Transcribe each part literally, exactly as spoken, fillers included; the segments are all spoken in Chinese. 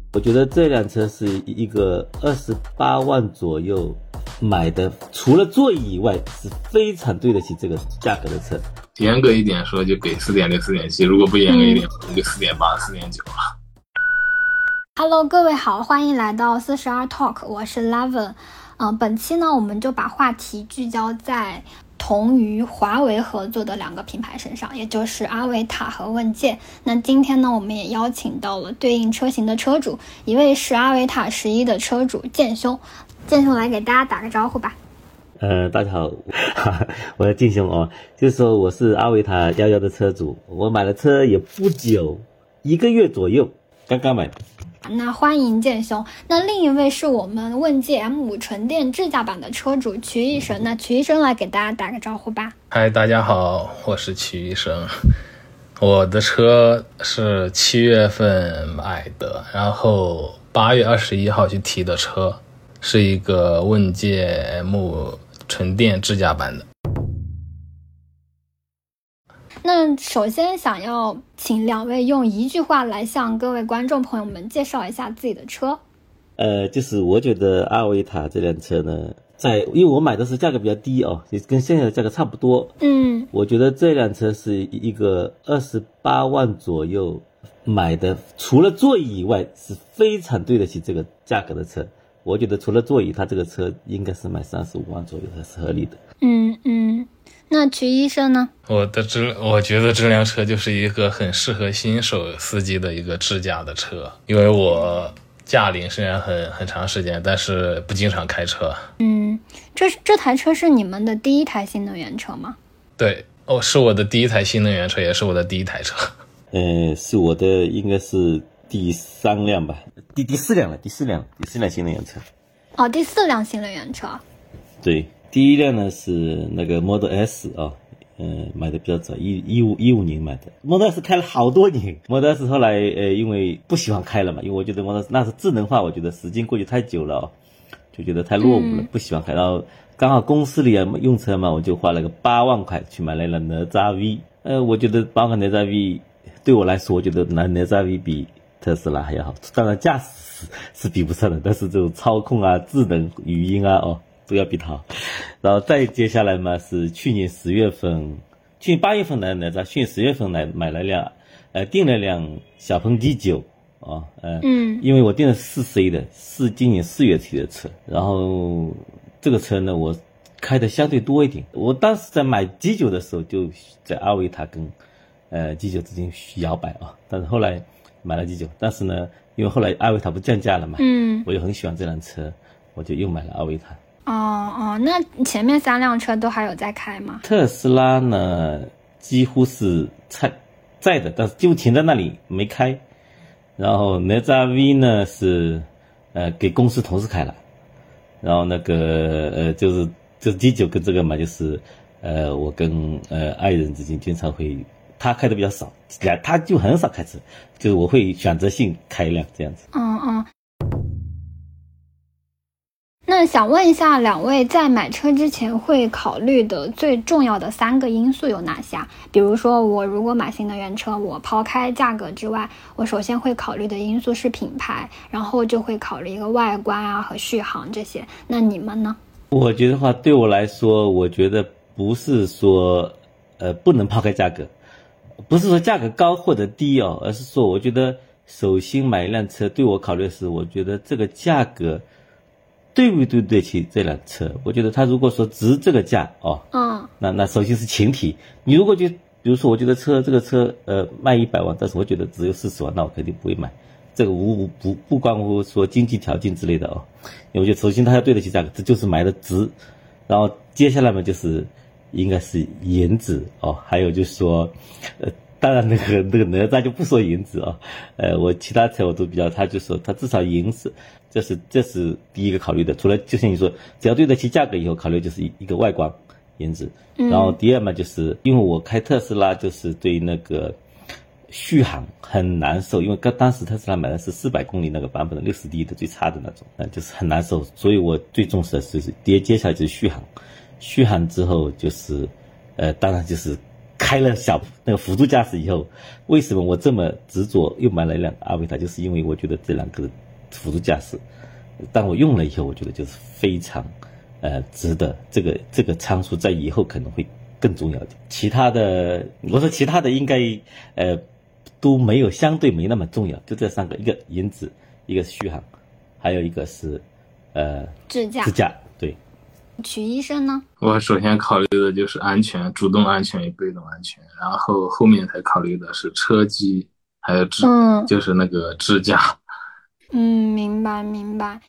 我觉得这辆车是一个二十八万左右买的，除了座椅以外是非常对得起这个价格的车。 严格一点说就给 四点六 四点七， 如果不严格一点说就 四点八 四点九 了。 Hello， 各位好，欢迎来到四十二 Talk， 我是 Lavin。嗯，本期呢，我们就把话题聚焦在同与华为合作的两个品牌身上，也就是阿维塔和问界。那今天呢，我们也邀请到了对应车型的车主，一位是阿维塔十一的车主建兄，建兄来给大家打个招呼吧。 呃，大家好，我是建兄哦，就是说我是阿维塔幺幺的车主，我买了车也不久，一个月左右，刚刚买的。 那欢迎建兄。那另一位是我们问界 M 五 纯电智驾版的车主曲医生，那曲医生来给大家打个招呼吧。 嗨，大家好，我是曲医生。我的车是七月份买的，然后八月二十一号去提的车，是一个问界 M 五 纯电智驾版的。 那首先想要请两位用一句话来向各位观众朋友们介绍一下自己的车。 呃，就是我觉得阿维塔这辆车呢，在因为我买的是价格比较低哦，也跟现在的价格差不多。 嗯， 我觉得这辆车是一个二十八万左右买的，除了座椅以外是非常对得起这个价格的车。我觉得除了座椅，它这个车应该是卖三十五万左右才是合理的。 嗯嗯。那曲医生呢？ 我的这我觉得这辆车就是一个很适合新手司机的一个智驾的车，因为我驾龄虽然很很长时间，但是不经常开车。 嗯，这这台车是你们的第一台新能源车吗？ 对，哦，是我的第一台新能源车，也是我的第一台车。 呃，是我的应该是第三辆吧，第第四辆了，第四辆，第四辆新能源车。 哦，第四辆新能源车。 对。第一辆呢是那个 Model S 啊、哦，嗯、呃，买的比较早，一一五一五年买的。Model S 开了好多年 ，Model S 后来呃因为不喜欢开了嘛，因为我觉得 Model S 那是智能化，我觉得时间过去太久了、哦，就觉得太落伍了，不喜欢开。然后刚好公司里啊用车嘛，我就花了个八万块去买了一辆哪吒 V。呃，我觉得八万哪吒 V 对我来说，我觉得哪哪吒 V 比特斯拉还要好。当然驾驶是比不上的，但是这种操控啊、智能语音啊，哦。都要比它好。然后再接下来嘛是去年十月份，去年八月份来哪吒，去年十月份来买了辆，呃，订了辆小鹏 G 九 啊，呃， 嗯， 因为我订了四 C 的，是今年四月提的车，然后这个车呢我开的相对多一点。我当时在买 G 九 的时候就在阿维塔跟呃 G 九 之间摇摆啊，但是后来买了 G 九， 但是呢，因为后来阿维塔不降价了嘛， 嗯， 我又很喜欢这辆车，我就又买了阿维塔。 哦哦，那前面三辆车都还有在开吗？ 特斯拉呢几乎是在在的，但是就停在那里没开。然后哪吒 V 呢是呃给公司同事开了，然后那个呃就是就是 G 九 跟这个嘛，就是呃我跟呃爱人之间经常会，他开的比较少，他就很少开车，就是我会选择性开一辆这样子。 嗯嗯。那想问一下，两位在买车之前会考虑的最重要的三个因素有哪些？比如说，我如果买新能源车，我抛开价格之外，我首先会考虑的因素是品牌，然后就会考虑一个外观啊和续航这些。那你们呢？ 我觉得话，对我来说，我觉得不是说呃不能抛开价格，不是说价格高或者低哦，而是说我觉得首先买一辆车对我考虑的是，我觉得这个价格对不对得起这辆车？我觉得他如果说值这个价哦， 嗯， 那那首先是前提。你如果就比如说，我觉得车这个车呃卖一百万，但是我觉得只有四十万，那我肯定不会买。这个无无不不关乎说经济条件之类的哦，因为我觉得首先他要对得起价格，这就是买的值。然后接下来嘛，就是应该是颜值哦，还有就是说，呃。当然，那个那个哪吒就不说颜值啊，呃，我其他车我都比较，他就说他至少颜值，这是这是第一个考虑的。除了就像你说，只要对得起价格以后，考虑就是一个外观颜值。然后第二嘛，就是因为我开特斯拉，就是对那个续航很难受，因为刚当时特斯拉买的是四百公里那个版本的六十 D 的最差的那种，呃，就是很难受。所以我最重视的是接接下来就是续航，续航之后就是，呃，当然就是。 开了小那个辅助驾驶以后，为什么我这么执着又买了一辆阿维塔？就是因为我觉得这两个辅助驾驶，当我用了以后，我觉得就是非常呃值得。这个这个参数在以后可能会更重要一点。其他的，我说其他的应该呃都没有，相对没那么重要。就这三个，一个颜值，一个续航，还有一个是呃智驾。 智驾，对。 曲医生呢？ 我首先考虑的就是安全，主动安全与被动安全，然后后面才考虑的是车机，还有智，嗯，就是那个智驾。 嗯，明白明白。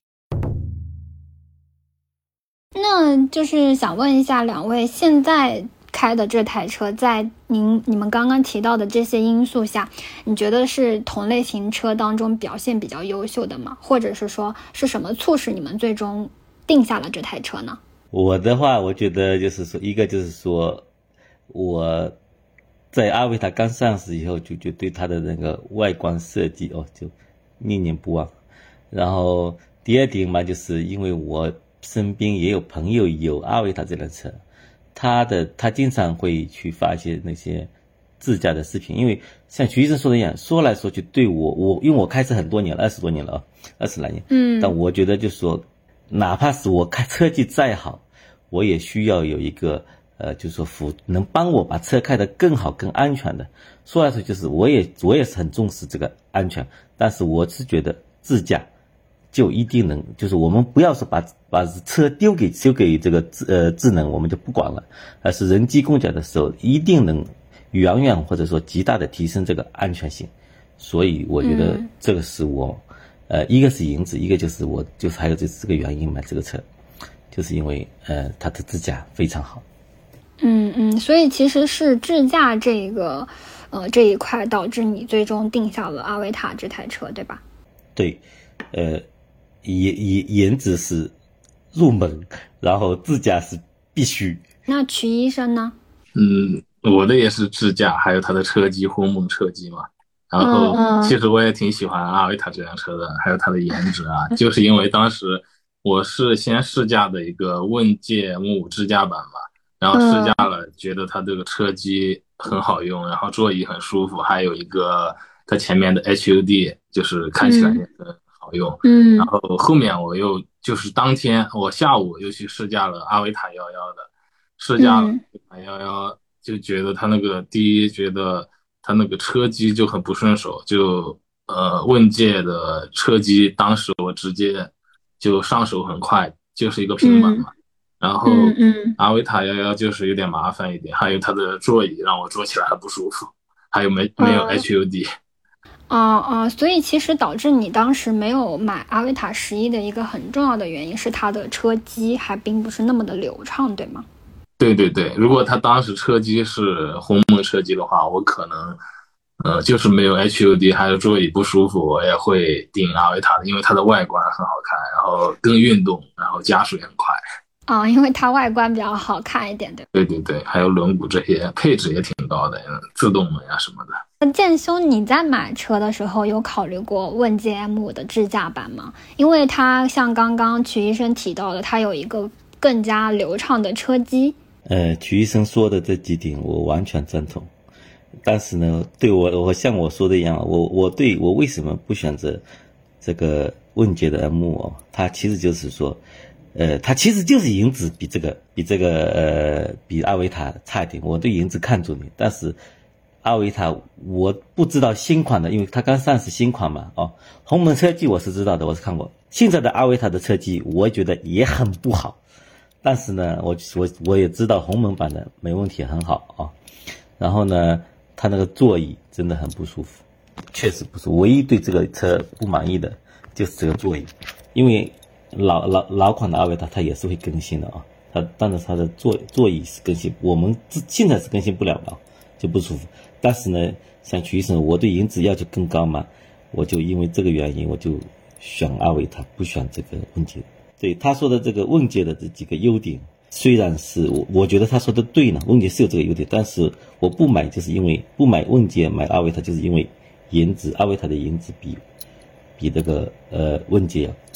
那就是想问一下两位，现在开的这台车，在您你们刚刚提到的这些因素下，你觉得是同类型车当中表现比较优秀的吗？或者是说是什么促使你们最终定下了这台车呢？ 我的话，我觉得就是说，一个就是说，我在阿维塔刚上市以后，就就对它的那个外观设计哦，就念念不忘。然后第二点嘛，就是因为我身边也有朋友有阿维塔这辆车，他的他经常会去发一些那些自驾的视频，因为像徐医生说的一样，说来说去对我我因为我开车很多年了，二十多年了啊，二十来年，嗯，但我觉得就是说，哪怕是我开车技再好，我也需要有一个呃，就是说辅能帮我把车开得更好、更安全的。说来说就是我也我也是很重视这个安全，但是我是觉得自驾就一定能，就是我们不要说把把车丢给丢给这个智呃智能，我们就不管了，而是人机共驾的时候一定能远远或者说极大的提升这个安全性。所以我觉得这个是我。嗯呃，一个是颜值，一个就是我就是还有就是这个原因买这个车，就是因为呃它的智驾非常好。 嗯嗯，所以其实是智驾这个呃这一块导致你最终定下了阿维塔这台车，对吧？ 对，呃，颜颜颜值是入门，然后智驾是必须。 那曲医生呢？ 嗯，我的也是智驾，还有它的车机鸿蒙车机嘛。然后其实我也挺喜欢阿维塔这辆车的，还有它的颜值啊，就是因为当时我是先试驾的一个问界 M 五 智驾版嘛，然后试驾了，觉得它这个车机很好用，然后座椅很舒服，还有一个它前面的 H U D 就是看起来也很好用。嗯，然后后面我又就是当天我下午又去试驾了阿维塔一一的，试驾了阿维塔一一，就觉得它那个第一觉得它那个车机就很不顺手，就呃问界的车机当时我直接就上手很快，就是一个平板嘛。嗯、然后阿维塔一一就是有点麻烦一点，还有它的座椅让我坐起来很不舒服，还有没没有 H U D。 啊啊，所以其实导致你当时没有买阿维塔十一的一个很重要的原因是它的车机还并不是那么的流畅，对吗？ 对对对，如果他当时车机是鸿蒙车机的话，我可能呃就是没有 H U D 还有座椅不舒服，我也会订阿维塔的，因为它的外观很好看，然后更运动，然后加速也很快。 啊、哦，因为它外观比较好看一点，对吧？ 对对对，还有轮毂这些配置也挺高的，自动门呀什么的。 那建兄，你在买车的时候有考虑过问界 M 五 的智驾版吗？因为它像刚刚曲医生提到的，它有一个更加流畅的车机。 呃，曲医生说的这几点我完全赞同，但是呢，对我我像我说的一样，我我对我为什么不选择这个问界的 M 五 哦？它其实就是说，呃，它其实就是颜值比这个比这个呃比阿维塔差一点，我对颜值看重点，但是阿维塔我不知道新款的，因为它刚上市新款嘛，哦，鸿蒙车机我是知道的，我是看过，现在的阿维塔的车机我觉得也很不好。但是呢，我我我也知道鸿蒙版的没问题，很好啊。然后呢，它那个座椅真的很不舒服，确实不舒服。唯一对这个车不满意的就是这个座椅，因为老老老款的阿维塔它也是会更新的啊，它但是它的座座椅是更新，我们现在是更新不了的，就不舒服。但是呢，像曲医生，我对颜值要求更高嘛，我就因为这个原因，我就选阿维塔，不选这个问界。对他说的这个问界的这几个优点，虽然是我我觉得他说的对呢，问界是有这个优点，但是我不买就是因为不买问界买阿维塔，就是因为颜值，阿维塔的颜值比比这个呃问界要好。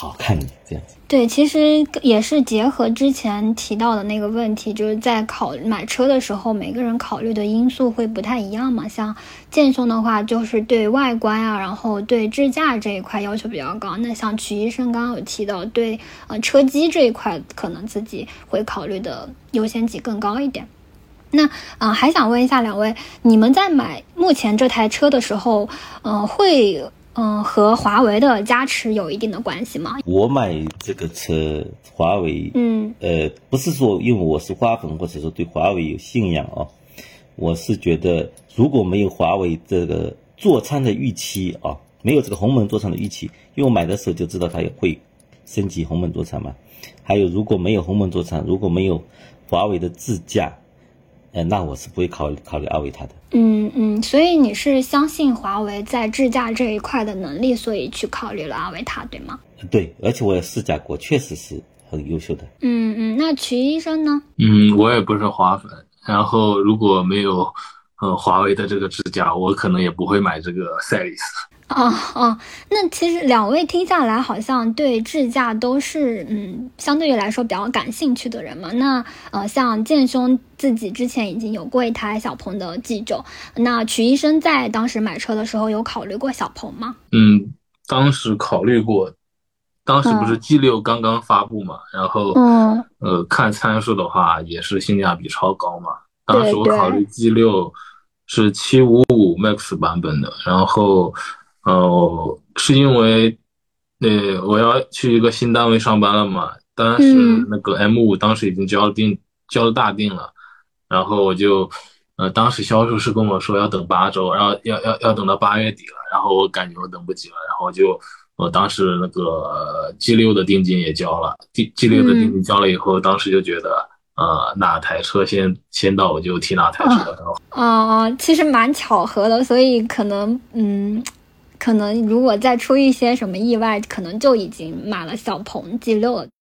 好看一点这样子。 对，其实也是结合之前提到的那个问题，就是在考买车的时候，每个人考虑的因素会不太一样嘛。像建兄的话，就是对外观啊，然后对智驾这一块要求比较高。那像曲医生刚刚有提到，对呃车机这一块，可能自己会考虑的优先级更高一点。那啊、呃，还想问一下两位，你们在买目前这台车的时候，呃，会嗯、呃、和华为的加持有一定的关系吗？ 我买这个车，华为， 嗯， 呃，不是说因为我是花粉，或者说对华为有信仰哦，我是觉得如果没有华为这个座舱的预期啊，没有这个鸿蒙座舱的预期，因为我买的时候就知道它也会升级鸿蒙座舱嘛。还有如果没有鸿蒙座舱，如果没有华为的智驾。呃，那我是不会考虑考虑阿维塔的。 嗯嗯，所以你是相信华为在智驾这一块的能力，所以去考虑了阿维塔，对吗？ 对，而且我也试驾过，确实是很优秀的。 嗯嗯，那曲医生呢？ 嗯，我也不是华粉，然后如果没有呃华为的这个智驾，我可能也不会买这个赛力斯。 哦哦，那其实两位听下来好像对智驾都是嗯相对于来说比较感兴趣的人嘛。那呃像建兄自己之前已经有过一台小鹏的 G 九， 那曲医生在当时买车的时候有考虑过小鹏吗？ 嗯，当时考虑过，当时不是 G 六 刚刚发布嘛，嗯、然后嗯呃看参数的话也是性价比超高嘛。当时我考虑 G 六 是七五五 Max 版本的，然后呃，是因为，呃，我要去一个新单位上班了嘛，当时那个 M 五 当时已经交了定，交了大定了，然后我就，呃，当时销售是跟我说要等八周，然后要要要等到八月底了，然后我感觉我等不及了，然后就，我当时那个 G 六 的定金也交了 ，G 六 的定金交了以后，当时就觉得。呃，哪台车先先到我就提哪台车。 哦哦，其实蛮巧合的，所以可能嗯，可能如果再出一些什么意外，可能就已经买了小鹏 G 六 了。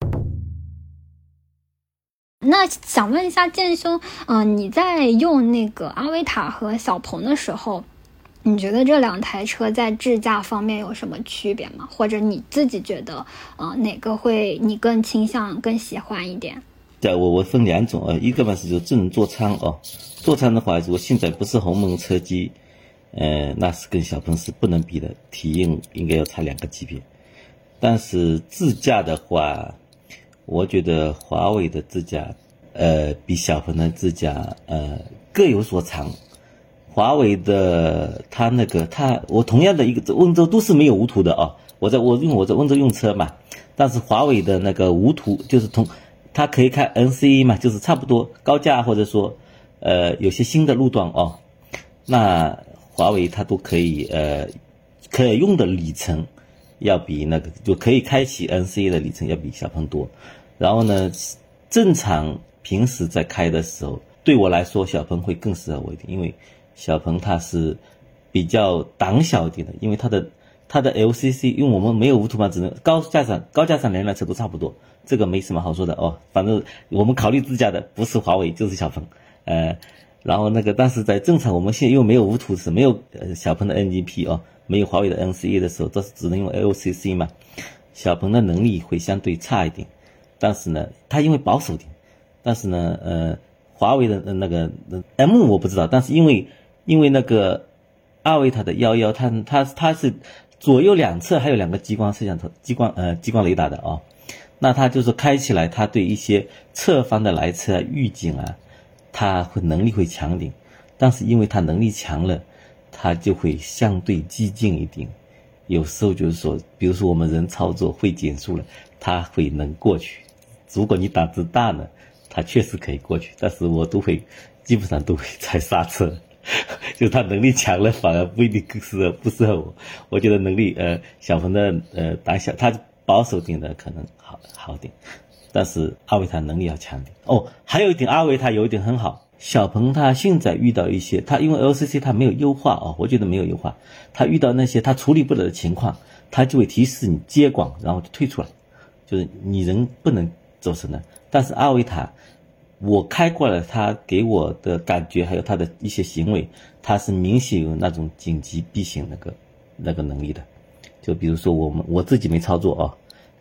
那想问一下建兄，嗯、呃，你在用那个阿维塔和小鹏的时候，你觉得这两台车在智驾方面有什么区别吗？或者你自己觉得，呃，哪个会你更倾向、更喜欢一点？ 对，我我分两种啊，一个嘛是就智能座舱哦，座舱的话，如果现在不是鸿蒙车机，呃，那是跟小鹏是不能比的，体验应该要差两个级别。但是智驾的话，我觉得华为的智驾，呃，比小鹏的智驾，呃，各有所长。华为的它那个它，我同样的一个温州都是没有无图的啊，我在我因为我在温州用车嘛，但是华为的那个无图就是同。它可以开 N C A 嘛，就是差不多高架或者说，呃，有些新的路段哦，那华为它都可以，呃，可以用的里程要比那个就可以开启 N C A 的里程要比小鹏多。然后呢，正常平时在开的时候，对我来说小鹏会更适合我一点，因为小鹏它是比较胆小一点的，因为它的它的 L C C， 因为我们没有无图嘛，只能高架上高架上两辆车都差不多。这个没什么好说的哦，反正我们考虑自驾的不是华为就是小鹏，呃，然后那个但是在正常我们现在又没有无图是没有呃小鹏的 N G P 哦，没有华为的 N C A 的时候，这是只能用 L C C 嘛，小鹏的能力会相对差一点，但是呢，它因为保守点，但是呢，呃，华为的那个 M 我不知道，但是因为因为那个阿维塔的幺幺，它它它是左右两侧还有两个激光摄像头、激光呃激光雷达的哦。那它就是开起来，它对一些侧方的来车啊、预警啊，它会能力会强点。但是因为它能力强了，它就会相对激进一点。有时候就是说，比如说我们人操作会减速了，它会能过去。如果你胆子大呢，它确实可以过去。但是我都会基本上都会踩刹车，就它能力强了，反而不一定适合不适合我。我觉得能力呃，小鹏的呃胆小，它保守点的可能好好点，但是阿维塔能力要强点哦。还有一点，阿维塔有一点很好，小鹏它现在遇到一些，它因为 L C C 它没有优化哦，我觉得没有优化，它遇到那些它处理不了的情况，它就会提示你接广，然后就退出来，就是你人不能走神了。但是阿维塔，我开过了，它给我的感觉还有它的一些行为，它是明显有那种紧急避险那个那个能力的。就比如说我们我自己没操作哦，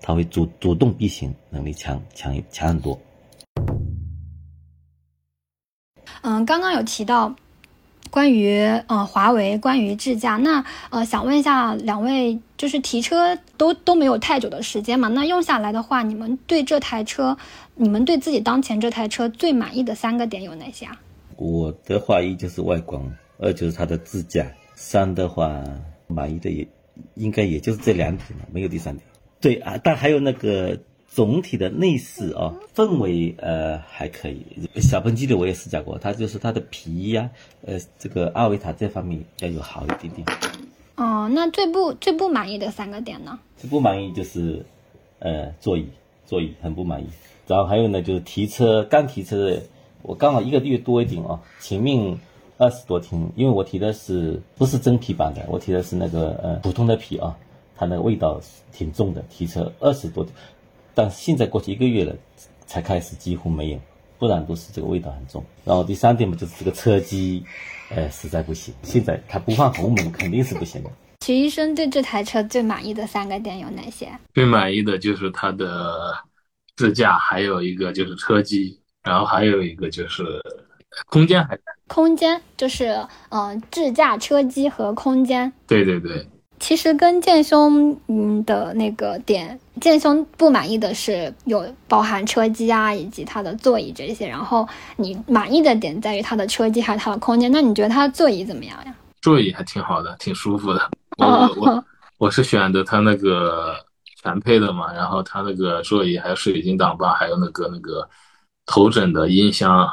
它会主主动避险能力强强强很多。 嗯，刚刚有提到关于呃华为，关于智驾，那呃想问一下两位，就是提车都都没有太久的时间嘛，那用下来的话，你们对这台车，你们对自己当前这台车最满意的三个点有哪些啊？ 我的话，一就是外观，二就是它的智驾，三的话满意的也应该也就是这两点了，没有第三点。对啊，但还有那个总体的内饰啊，氛围呃还可以。小鹏 G 六我也试驾过，它就是它的皮呀、啊，呃，这个阿维塔这方面要有好一点点。 哦，那最不最不满意的三个点呢？ 最不满意就是呃座椅，座椅很不满意。然后还有呢，就是提车刚提车的，我刚好一个月多一点啊，前面二十多天，因为我提的是不是真皮版的，我提的是那个呃普通的皮啊，它那个味道挺重的，提车二十多天。但现在过去一个月了，才开始几乎没有，不然都是这个味道很重。然后第三点嘛，就是这个车机，呃，实在不行。现在它不放红门肯定是不行的。 徐医生对这台车最满意的三个点有哪些？ 最满意的就是它的智驾，还有一个就是车机，然后还有一个就是空间还空间就是呃智驾、车机和空间。 对对对。 其实跟建兄嗯的那个点，建兄不满意的是有包含车机啊以及它的座椅这些，然后你满意的点在于它的车机还有它的空间。那你觉得它的座椅怎么样呀？ 座椅还挺好的，挺舒服的。我、哦、我我是选的它那个全配的嘛，然后它那个座椅还有水晶挡把，还有那个那个头枕的音箱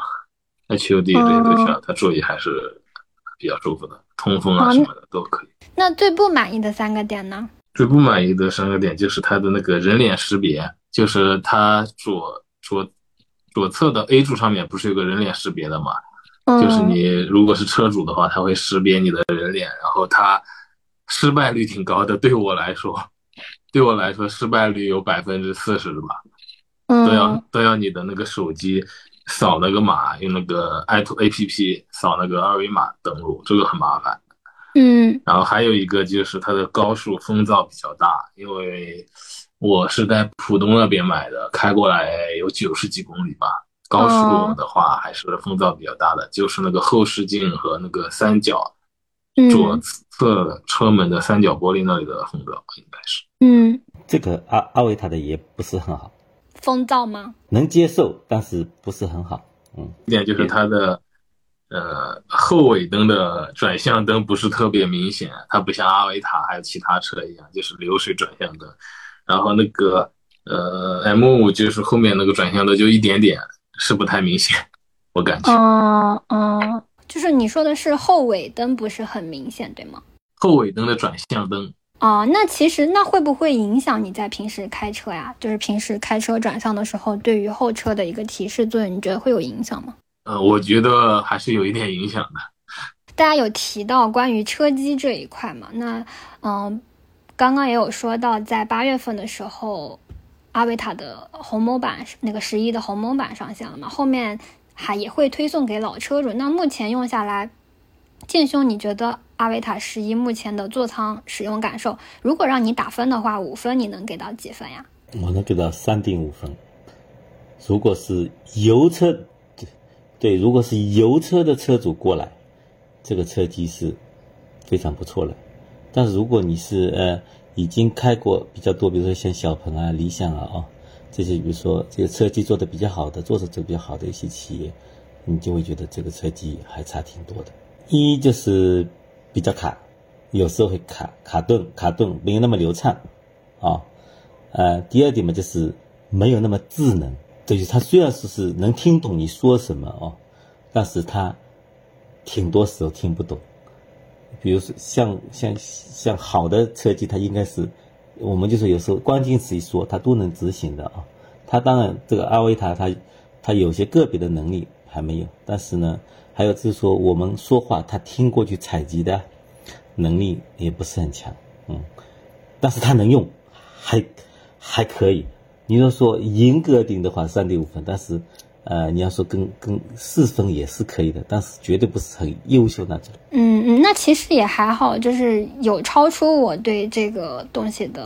H U D 这些都需要，它座椅还是比较舒服的，通风啊什么的都可以。 那最不满意的三个点呢？ 最不满意的三个点就是它的那个人脸识别，就是它左左左侧的 A 柱上面不是有个人脸识别的嘛？嗯、就是你如果是车主的话，它会识别你的人脸，然后它失败率挺高的。对我来说，对我来说失败率有百分之四十吧，嗯、都要都要你的那个手机扫那个码，用那个 i to A P P 扫那个二维码登录，这个很麻烦。嗯，然后还有一个就是它的高速风噪比较大，因为我是在浦东那边买的，开过来有九十几公里吧。高速的话还是风噪比较大的，就是那个后视镜和那个三角，左侧车门的三角玻璃那里的风噪应该是。嗯， 这个阿阿维塔的也不是很好。 风噪吗？ 能接受，但是不是很好。嗯， 一点就是它的。呃，后尾灯的转向灯不是特别明显，它不像阿维塔还有其他车一样，就是流水转向灯。然后那个呃 M 五 就是后面那个转向灯就一点点，是不太明显，我感觉。 哦哦，就是你说的是后尾灯不是很明显，对吗？ 后尾灯的转向灯。 哦，那其实那会不会影响你在平时开车呀？就是平时开车转向的时候，对于后车的一个提示作用，你觉得会有影响吗？ 呃，我觉得还是有一点影响的。 大家有提到关于车机这一块嘛？那嗯、呃，刚刚也有说到，在八月份的时候，阿维塔的红某版那个十一的红某版上线了嘛？后面还也会推送给老车主。那目前用下来，建兄，你觉得阿维塔十一目前的座舱使用感受，如果让你打分的话，五分你能给到几分呀？ 我能给到三点五分。如果是油车。对，如果是油车的车主过来，这个车机是非常不错的。但是如果你是呃已经开过比较多，比如说像小鹏啊、理想啊啊、哦、这些，比如说这个车机做的比较好的、做的做比较好的一些企业，你就会觉得这个车机还差挺多的。一就是比较卡，有时候会卡卡顿卡顿，没有那么流畅啊、哦。呃，第二点嘛，就是没有那么智能。就是它虽然是是能听懂你说什么哦，但是它挺多时候听不懂。比如说像像像好的车机，它应该是我们就说有时候关键词一说，它都能执行的啊。它当然这个阿维塔它它有些个别的能力还没有，但是呢，还有就是说我们说话它听过去采集的能力也不是很强，嗯，但是它能用，还还可以。你要说严格定的话三点五分，但是呃你要说跟跟四分也是可以的，但是绝对不是很优秀那种。 嗯嗯，那其实也还好，就是有超出我对这个东西的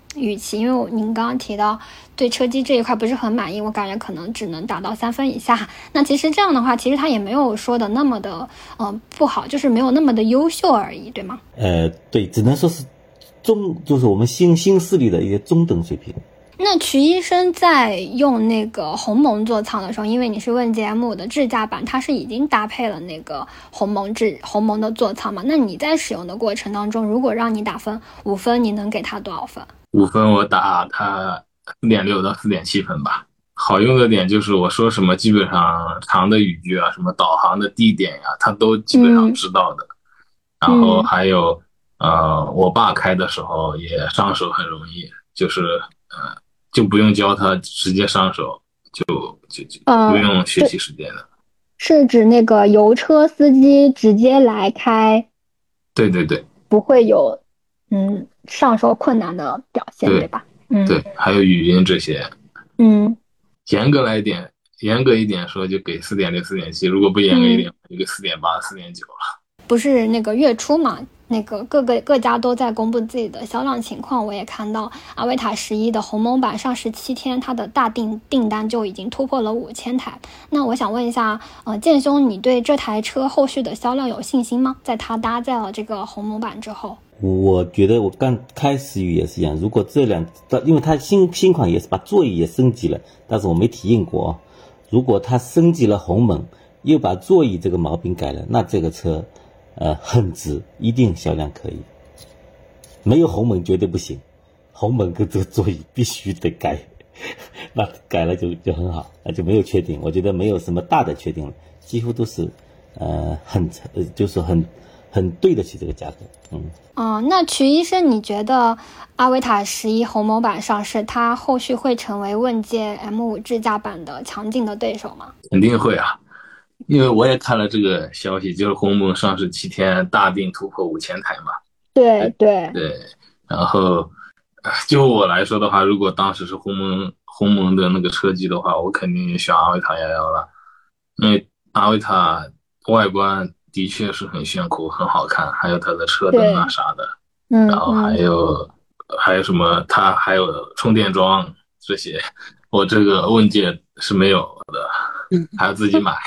预期，因为我您刚刚提到对车机这一块不是很满意，我感觉可能只能达到三分以下。那其实这样的话，其实它也没有说的那么的呃不好，就是没有那么的优秀而已，对吗？ 呃，对，只能说是中，就是我们新新势力的一些中等水平。 那瞿医生在用那个鸿蒙座舱的时候，因为你是问 G M 五的智驾版，它是已经搭配了那个鸿蒙智鸿蒙的座舱嘛？那你在使用的过程当中，如果让你打分五分，你能给它多少分？ 五分我打它四点六到四点七分吧。好用的点就是我说什么基本上长的语句啊，什么导航的地点呀、啊，它都基本上知道的。嗯、然后还有呃，我爸开的时候也上手很容易，就是呃。就不用教他，直接上手，就就就不用学习时间的、呃。 是指那个油车司机直接来开？ 对对对， 不会有嗯上手困难的表现， 对, 对吧？嗯， 对，还有语音这些。 嗯， 严格来一点，严格一点说就给四点六、四点七，如果不严格一点，就给四点八、四点九了。 不是那个月初嘛？那个各个各家都在公布自己的销量情况，我也看到阿维塔十一的鸿蒙版上市七天，它的大订订单就已经突破了五千台。那我想问一下，呃，剑兄，你对这台车后续的销量有信心吗？在它搭载了这个鸿蒙版之后， 我觉得我刚开始也是一样，如果这两，因为它新新款也是把座椅也升级了，但是我没体验过。如果它升级了鸿蒙，又把座椅这个毛病改了，那这个车。呃，很值，一定销量可以。没有鸿蒙绝对不行，鸿蒙跟这个座椅必须得改，那改了就就很好，那就没有缺点。我觉得没有什么大的缺点了，几乎都是呃很呃就是很很对得起这个价格。嗯。 哦，那瞿医生，你觉得阿维塔十一鸿蒙版上市，它后续会成为问界 M 五 智驾版的强劲的对手吗？ 肯定会啊。因为我也看了这个消息，就是鸿蒙上市七天大订突破五千台嘛。 对对对，然后就我来说的话，如果当时是鸿蒙鸿蒙的那个车机的话，我肯定选阿维塔幺幺了，因为阿维塔外观的确是很炫酷，很好看，还有它的车灯啊啥的， 嗯， 然后还有、嗯、还有什么，它还有充电桩这些，我这个问界是没有的，还要自己买。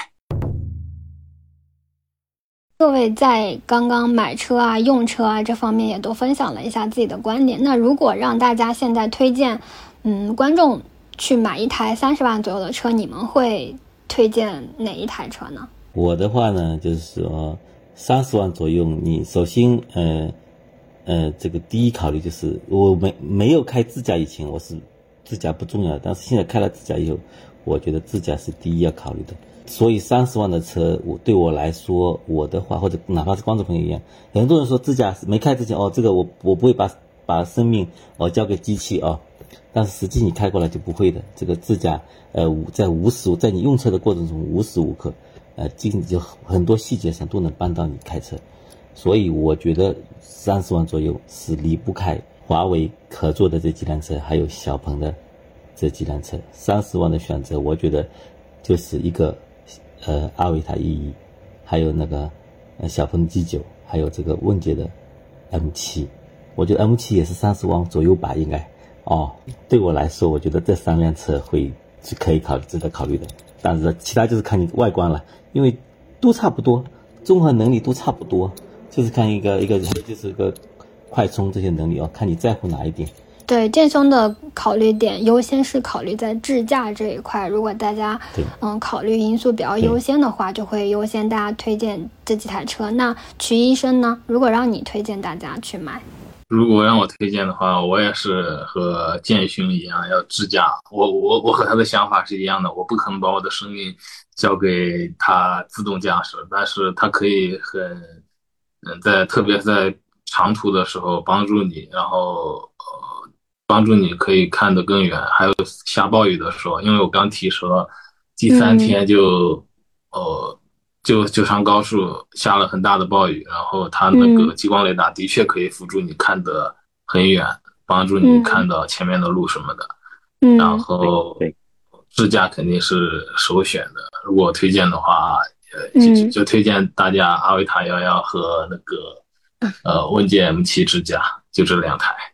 各位在刚刚买车啊、用车啊这方面也都分享了一下自己的观点。那如果让大家现在推荐，嗯，观众去买一台三十万左右的车，你们会推荐哪一台车呢？ 我的话呢，就是说三十万左右，你首先呃呃，这个第一考虑就是我没没有开自驾以前，我是自驾不重要，但是现在开了自驾以后，我觉得自驾是第一要考虑的。所以三十万的车，我对我来说，我的话或者哪怕是观众朋友一样，很多人说自驾没开之前哦，这个我我不会把把生命哦交给机器哦，但是实际你开过来就不会的。这个自驾呃在无时在你用车的过程中无时无刻呃经就很多细节上都能帮到你开车，所以我觉得三十万左右是离不开华为合作的这几辆车，还有小鹏的这几辆车。三十万的选择，我觉得就是一个。呃，阿维塔一一，还有那个呃小鹏 G 九，还有这个问界的 M 七，我觉得 M 七也是三十万左右吧，应该哦。对我来说，我觉得这三辆车会是可以考虑、值得考虑的。但是其他就是看你外观了，因为都差不多，综合能力都差不多，就是看一个一个就是一个快充这些能力哦，看你在乎哪一点。 对，剑兄的考虑点优先是考虑在智驾这一块，如果大家嗯考虑因素比较优先的话，就会优先大家推荐这几台车。那瞿医生呢，如果让你推荐大家去买， 如果让我推荐的话，我也是和剑兄一样要智驾。我我我和他的想法是一样的，我不可能把我的生命交给他自动驾驶，但是他可以很嗯在特别在长途的时候帮助你，然后呃帮助你可以看得更远。还有下暴雨的时候，因为我刚提车第三天就、嗯、呃就就上高速下了很大的暴雨，然后它那个激光雷达的确可以辅助你看得很远，帮助你看到前面的路什么的。嗯、然后智驾肯定是首选的。如果推荐的话，呃就就推荐大家阿维塔幺幺和那个呃问界 M 七智驾，就这两台。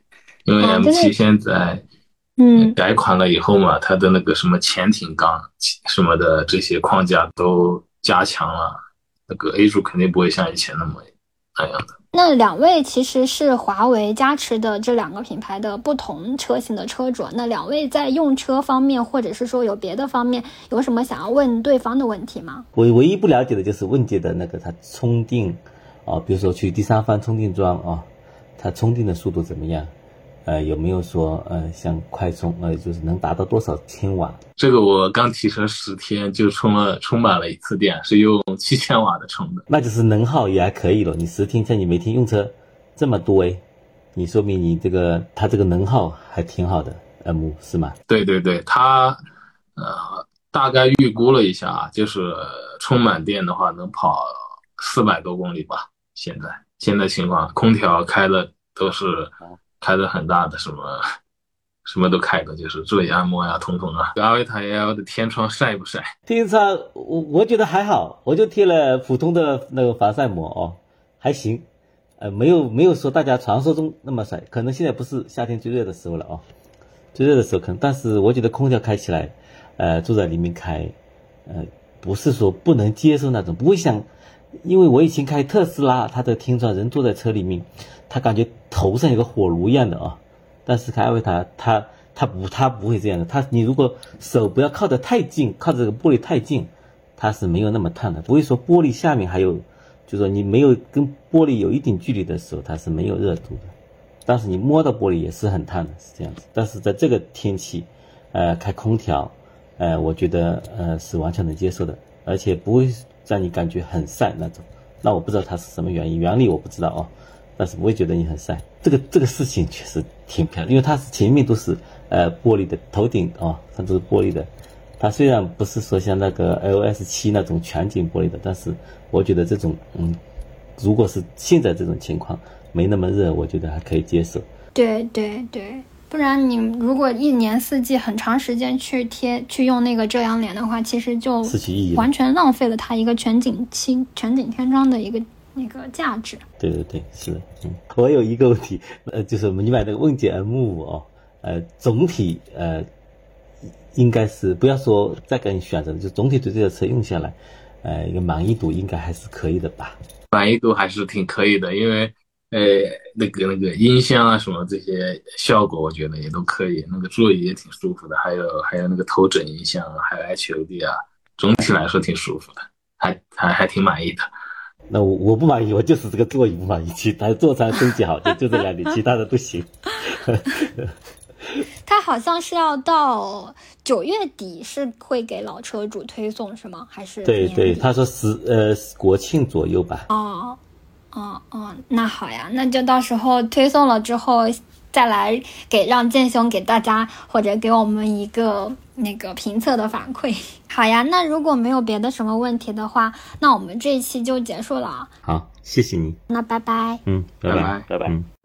因为 M 七、 哦、 现在嗯改款了以后嘛，它的那个什么潜艇缸什么的这些框架都加强了，那个 A 柱肯定不会像以前那么那样的。 那两位其实是华为加持的这两个品牌的不同车型的车主，那两位在用车方面或者是说有别的方面有什么想要问对方的问题吗？ 我唯一不了解的就是问界的那个它充电啊、呃，比如说去第三方充电桩啊，它充电的速度怎么样？呃，有没有说呃像快充呃就是能达到多少千瓦？ 这个我刚提车十天就充了充满了一次电，是用七千瓦的充的。 那就是能耗也还可以了。你十天像你每天用车这么多诶，你说明你这个它这个能耗还挺好的 M 是吗？ 对对对，它呃大概预估了一下，就是充满电的话能跑四百多公里吧。现在现在情况，空调开的都是开的很大的，什么什么都开的，就是座椅按摩呀，通通啊。阿维塔 L 的天窗晒不晒？ 天窗我我觉得还好，我就贴了普通的那个防晒膜哦，还行，呃，没有没有说大家传说中那么晒，可能现在不是夏天最热的时候了哦，最热的时候可能，但是我觉得空调开起来，呃，坐在里面开，呃，不是说不能接受那种，不会像，因为我以前开特斯拉，它的天窗人坐在车里面，他感觉头上有个火炉一样的啊、哦，但是开阿维塔它它不它不会这样的，它你如果手不要靠得太近，靠着这个玻璃太近，它是没有那么烫的，不会说玻璃下面还有，就是说你没有跟玻璃有一定距离的时候，它是没有热度的，但是你摸到玻璃也是很烫的，是这样子。但是在这个天气，呃，开空调，呃，我觉得呃是完全能接受的，而且不会让你感觉很晒那种。那我不知道它是什么原因，原理我不知道哦，但是不会觉得你很晒。这个这个事情确实挺漂亮，因为它是前面都是呃玻璃的，头顶哦，它都是玻璃的。它虽然不是说像那个 L S 七那种全景玻璃的，但是我觉得这种嗯，如果是现在这种情况没那么热，我觉得还可以接受。 对对对，不然你如果一年四季很长时间去贴去用那个遮阳帘的话，其实就失去意义了， 完全浪费了它一个全景漆全景天窗的一个那个价值。 对对对，是的。嗯，我有一个问题，呃，就是你买那个问界 M 五哦，呃，总体呃应该是不要说再给你选择，就总体对这个车用下来，呃，一个满意度应该还是可以的吧？ 满意度还是挺可以的，因为呃那个那个音箱啊什么这些效果，我觉得也都可以。那个座椅也挺舒服的，还有还有那个头枕音箱，还有 H U D 啊，总体来说挺舒服的，还还还挺满意的。 那我我不满意，我就是这个座椅不满意，其他座舱升级好，就就这两点，其他的不行。 它好像是要到九月底是会给老车主推送是吗？还是对对，他说十呃国庆左右吧。 哦哦哦，那好呀，那就到时候推送了之后再来给让建兄给大家或者给我们一个那个评测的反馈。好呀，那如果没有别的什么问题的话，那我们这一期就结束了。 好，谢谢你。 那拜拜。 嗯，拜拜拜拜拜拜。嗯。